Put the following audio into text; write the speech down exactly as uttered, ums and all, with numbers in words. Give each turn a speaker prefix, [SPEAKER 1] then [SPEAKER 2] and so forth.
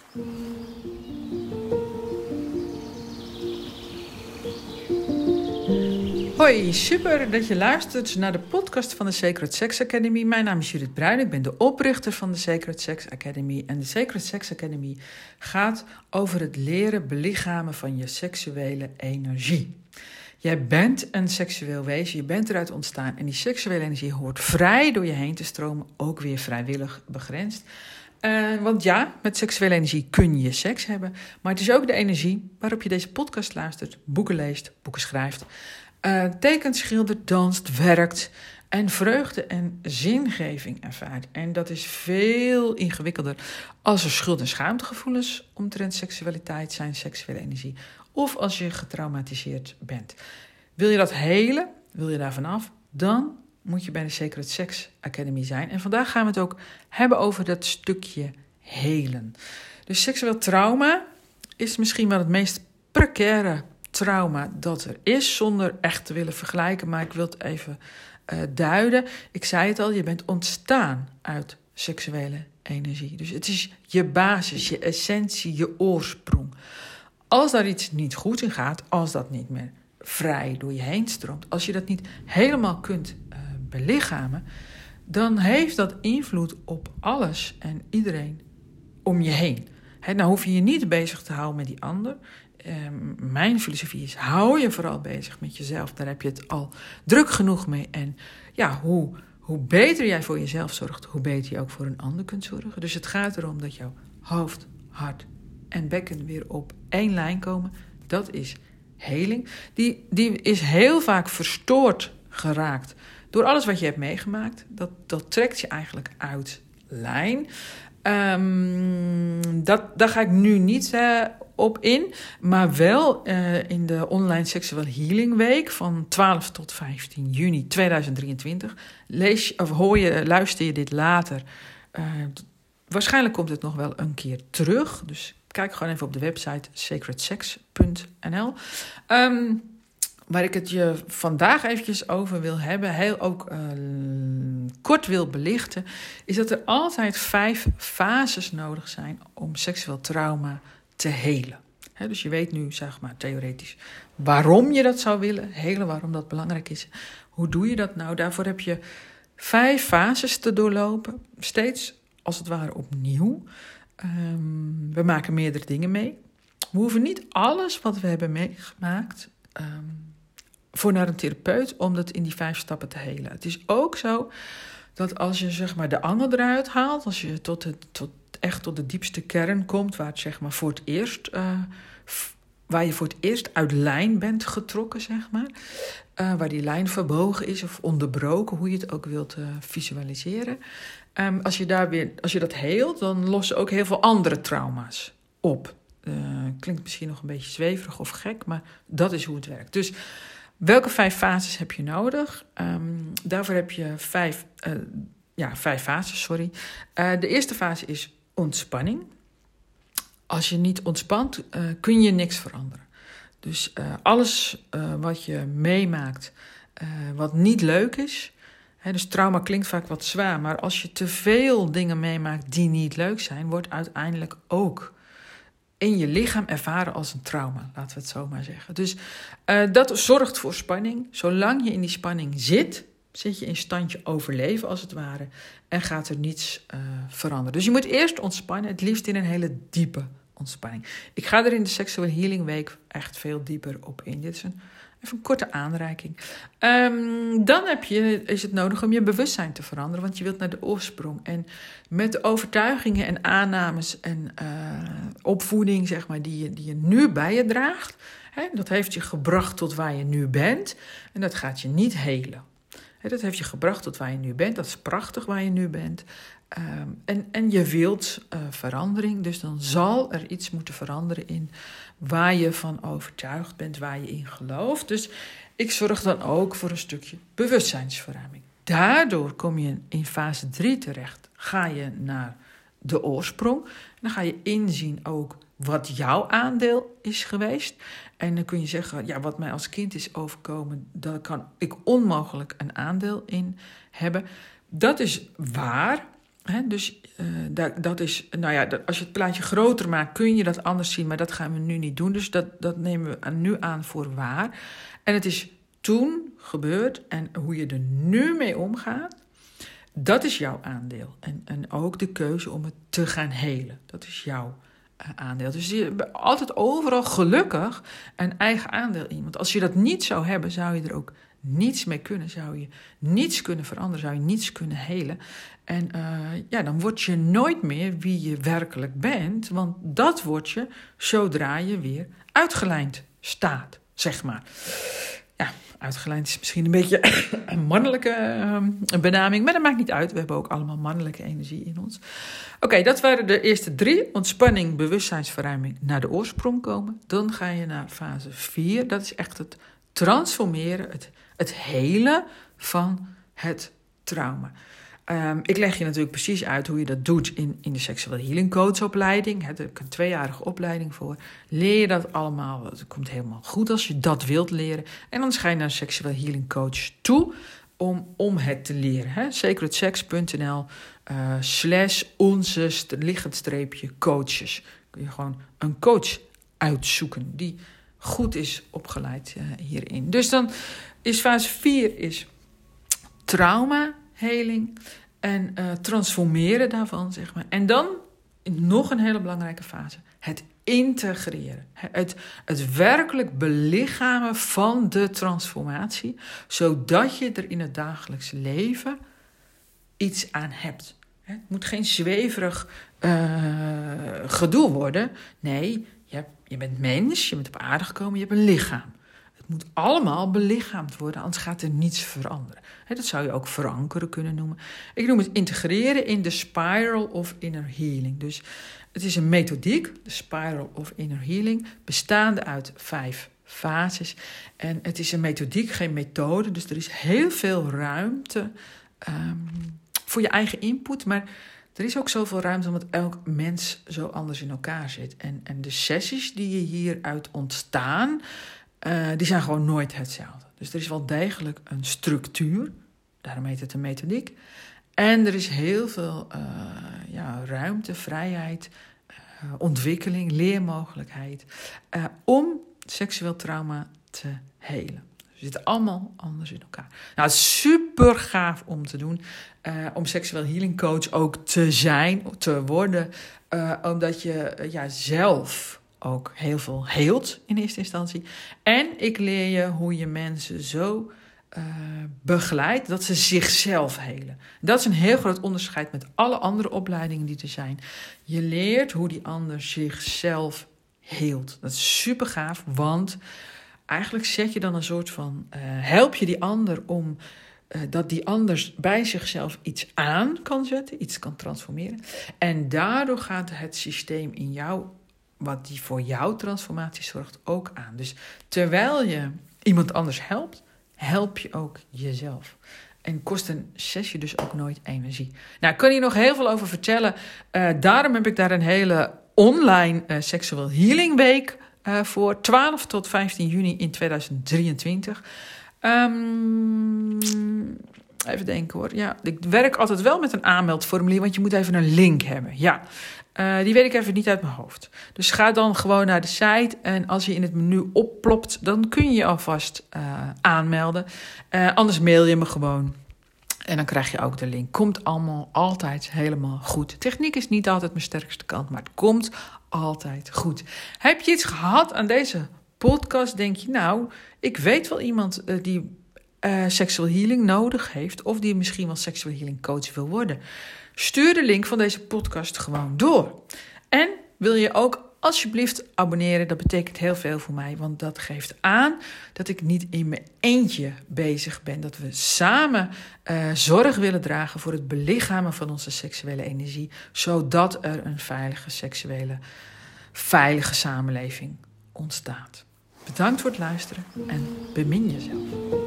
[SPEAKER 1] Hoi, super dat je luistert naar de podcast van de Sacred Sex Academy. Mijn naam is Judith Bruin, ik ben de oprichter van de Sacred Sex Academy. En de Sacred Sex Academy gaat over het leren belichamen van je seksuele energie. Jij bent een seksueel wezen, je bent eruit ontstaan en die seksuele energie hoort vrij door je heen te stromen, ook weer vrijwillig begrensd. Uh, want ja, met seksuele energie kun je seks hebben, maar het is ook de energie waarop je deze podcast luistert, boeken leest, boeken schrijft, uh, tekent, schildert, danst, werkt en vreugde en zingeving ervaart. En dat is veel ingewikkelder als er schuld- en schaamtegevoelens omtrent seksualiteit zijn, seksuele energie, of als je getraumatiseerd bent. Wil je dat helen, wil je daar vanaf, dan moet je bij de Sacred Sex Academy zijn. En vandaag gaan we het ook hebben over dat stukje helen. Dus seksueel trauma is misschien wel het meest precaire trauma dat er is, zonder echt te willen vergelijken, maar ik wil het even uh, duiden. Ik zei het al, je bent ontstaan uit seksuele energie. Dus het is je basis, je essentie, je oorsprong. Als daar iets niet goed in gaat, als dat niet meer vrij door je heen stroomt, als je dat niet helemaal kunt uh, belichamen, dan heeft dat invloed op alles en iedereen om je heen. He, nou hoef je je niet bezig te houden met die ander. Uh, mijn filosofie is, hou je vooral bezig met jezelf. Daar heb je het al druk genoeg mee. En ja, hoe, hoe beter jij voor jezelf zorgt, hoe beter je ook voor een ander kunt zorgen. Dus het gaat erom dat jouw hoofd, hart en bekken weer op één lijn komen. Dat is heling. Die, die is heel vaak verstoord geraakt door alles wat je hebt meegemaakt. Dat, dat trekt je eigenlijk uit lijn. Um, dat, daar ga ik nu niet uh, op in. Maar wel uh, in de online Sexual Healing Week van twaalf tot vijftien juni tweeduizend drieëntwintig. Lees, of hoor je, luister je dit later. Uh, waarschijnlijk komt het nog wel een keer terug. Dus kijk gewoon even op de website sacred sex punt n l. Um, waar ik het je vandaag eventjes over wil hebben, heel ook uh, kort wil belichten, is dat er altijd vijf fases nodig zijn om seksueel trauma te helen. He, dus je weet nu, zeg maar, theoretisch waarom je dat zou willen helen, waarom dat belangrijk is. Hoe doe je dat nou? Daarvoor heb je vijf fases te doorlopen, steeds als het ware opnieuw. Um, we maken meerdere dingen mee. We hoeven niet alles wat we hebben meegemaakt um, voor naar een therapeut om dat in die vijf stappen te helen. Het is ook zo dat als je zeg maar de angel eruit haalt, als je tot het, tot, echt tot de diepste kern komt, waar het zeg maar voor het eerst, uh, f- waar je voor het eerst uit lijn bent getrokken, zeg maar, uh, waar die lijn verbogen is of onderbroken, hoe je het ook wilt uh, visualiseren. Um, als je daar weer, als je dat heelt, dan lossen ook heel veel andere trauma's op. Uh, klinkt misschien nog een beetje zweverig of gek, maar dat is hoe het werkt. Dus welke vijf fases heb je nodig? Um, daarvoor heb je vijf, uh, ja, vijf fases, sorry. Uh, de eerste fase is ontspanning. Als je niet ontspant, uh, kun je niks veranderen. Dus uh, alles uh, wat je meemaakt, uh, wat niet leuk is. He, dus trauma klinkt vaak wat zwaar, maar als je te veel dingen meemaakt die niet leuk zijn, wordt uiteindelijk ook in je lichaam ervaren als een trauma, laten we het zo maar zeggen. Dus uh, dat zorgt voor spanning. Zolang je in die spanning zit, zit je in standje overleven als het ware en gaat er niets uh, veranderen. Dus je moet eerst ontspannen, het liefst in een hele diepe ontspanning. Ik ga er in de Sexual Healing Week echt veel dieper op in. Dit is een Even een korte aanreiking. Um, dan heb je, is het nodig om je bewustzijn te veranderen, want je wilt naar de oorsprong. En met de overtuigingen en aannames en uh, opvoeding, zeg maar, die je, die je nu bij je draagt, hè, dat heeft je gebracht tot waar je nu bent. En dat gaat je niet helen. Hè, dat heeft je gebracht tot waar je nu bent. Dat is prachtig waar je nu bent. Um, en, en je wilt uh, verandering, dus dan zal er iets moeten veranderen in waar je van overtuigd bent, waar je in gelooft. Dus ik zorg dan ook voor een stukje bewustzijnsverruiming. Daardoor kom je in fase drie terecht. Ga je naar de oorsprong. En dan ga je inzien ook wat jouw aandeel is geweest. En dan kun je zeggen, ja, wat mij als kind is overkomen, daar kan ik onmogelijk een aandeel in hebben. Dat is waar. He, dus uh, dat, dat is, nou ja, dat, als je het plaatje groter maakt, kun je dat anders zien, maar dat gaan we nu niet doen. Dus dat, dat nemen we nu aan voor waar. En het is toen gebeurd en hoe je er nu mee omgaat, dat is jouw aandeel. En, en ook de keuze om het te gaan helen, dat is jouw uh, aandeel. Dus je hebt altijd overal gelukkig een eigen aandeel in. Want als je dat niet zou hebben, zou je er ook niets mee kunnen, zou je niets kunnen veranderen, zou je niets kunnen helen. En uh, ja, dan word je nooit meer wie je werkelijk bent, want dat word je zodra je weer uitgelijnd staat, zeg maar. Ja, uitgelijnd is misschien een beetje een mannelijke uh, benaming, maar dat maakt niet uit. We hebben ook allemaal mannelijke energie in ons. Oké, okay, dat waren de eerste drie. Ontspanning, bewustzijnsverruiming, naar de oorsprong komen. Dan ga je naar fase vier. Dat is echt het transformeren, het, het helen van het trauma. Um, ik leg je natuurlijk precies uit hoe je dat doet in, in de Sexual Healing Coach opleiding. Daar heb ik een tweejarige opleiding voor. Leer je dat allemaal. Het komt helemaal goed als je dat wilt leren. En dan ga je naar een Sexual Healing Coach toe om, om het te leren. Hè? sacredsex.nl uh, slash onze liggend streepje coaches. Kun je gewoon een coach uitzoeken die goed is opgeleid uh, hierin. Dus dan is fase vier is traumaheling en uh, transformeren daarvan, zeg maar. En dan nog een hele belangrijke fase, het integreren. Het, het werkelijk belichamen van de transformatie, zodat je er in het dagelijks leven iets aan hebt. Het moet geen zweverig uh, gedoe worden. Nee, je, hebt, je bent mens, je bent op aarde gekomen, je hebt een lichaam. Het moet allemaal belichaamd worden, anders gaat er niets veranderen. He, dat zou je ook verankeren kunnen noemen. Ik noem het integreren in de Spiral of Inner Healing. Dus het is een methodiek, de Spiral of Inner Healing, bestaande uit vijf fases. En het is een methodiek, geen methode, dus er is heel veel ruimte um, voor je eigen input, maar er is ook zoveel ruimte omdat elk mens zo anders in elkaar zit. En, en de sessies die je hieruit ontstaan, uh, die zijn gewoon nooit hetzelfde. Dus er is wel degelijk een structuur, daarom heet het een methodiek. En er is heel veel uh, ja, ruimte, vrijheid, uh, ontwikkeling, leermogelijkheid uh, om seksueel trauma te helen. Ze zitten allemaal anders in elkaar. Nou, het is super gaaf om te doen. Uh, om seksueel healing coach ook te zijn, te worden. Uh, omdat je uh, ja, zelf ook heel veel heelt in eerste instantie. En ik leer je hoe je mensen zo uh, begeleidt dat ze zichzelf helen. Dat is een heel groot onderscheid met alle andere opleidingen die er zijn. Je leert hoe die ander zichzelf heelt. Dat is super gaaf, want eigenlijk zet je dan een soort van, uh, help je die ander om uh, dat die ander bij zichzelf iets aan kan zetten, iets kan transformeren. En daardoor gaat het systeem in jou, wat die voor jouw transformatie zorgt, ook aan. Dus terwijl je iemand anders helpt, help je ook jezelf. En kost een sessie dus ook nooit energie. Nou, ik kan hier nog heel veel over vertellen. Uh, daarom heb ik daar een hele online uh, Sexual Healing Week Uh, voor twaalf tot vijftien juni in tweeduizend drieëntwintig. Um, even denken hoor. Ja, ik werk altijd wel met een aanmeldformulier, want je moet even een link hebben. Ja, uh, die weet ik even niet uit mijn hoofd. Dus ga dan gewoon naar de site en als je in het menu opplopt, dan kun je je alvast uh, aanmelden. Uh, anders mail je me gewoon. En dan krijg je ook de link. Komt allemaal altijd helemaal goed. Techniek is niet altijd mijn sterkste kant, maar het komt altijd goed. Heb je iets gehad aan deze podcast? Denk je, nou, ik weet wel iemand uh, die uh, sexual healing nodig heeft, of die misschien wel sexual healing coach wil worden. Stuur de link van deze podcast gewoon door. En wil je ook alsjeblieft abonneren, dat betekent heel veel voor mij, want dat geeft aan dat ik niet in mijn eentje bezig ben, dat we samen uh, zorg willen dragen voor het belichamen van onze seksuele energie, zodat er een veilige seksuele, veilige samenleving ontstaat. Bedankt voor het luisteren en bemin jezelf.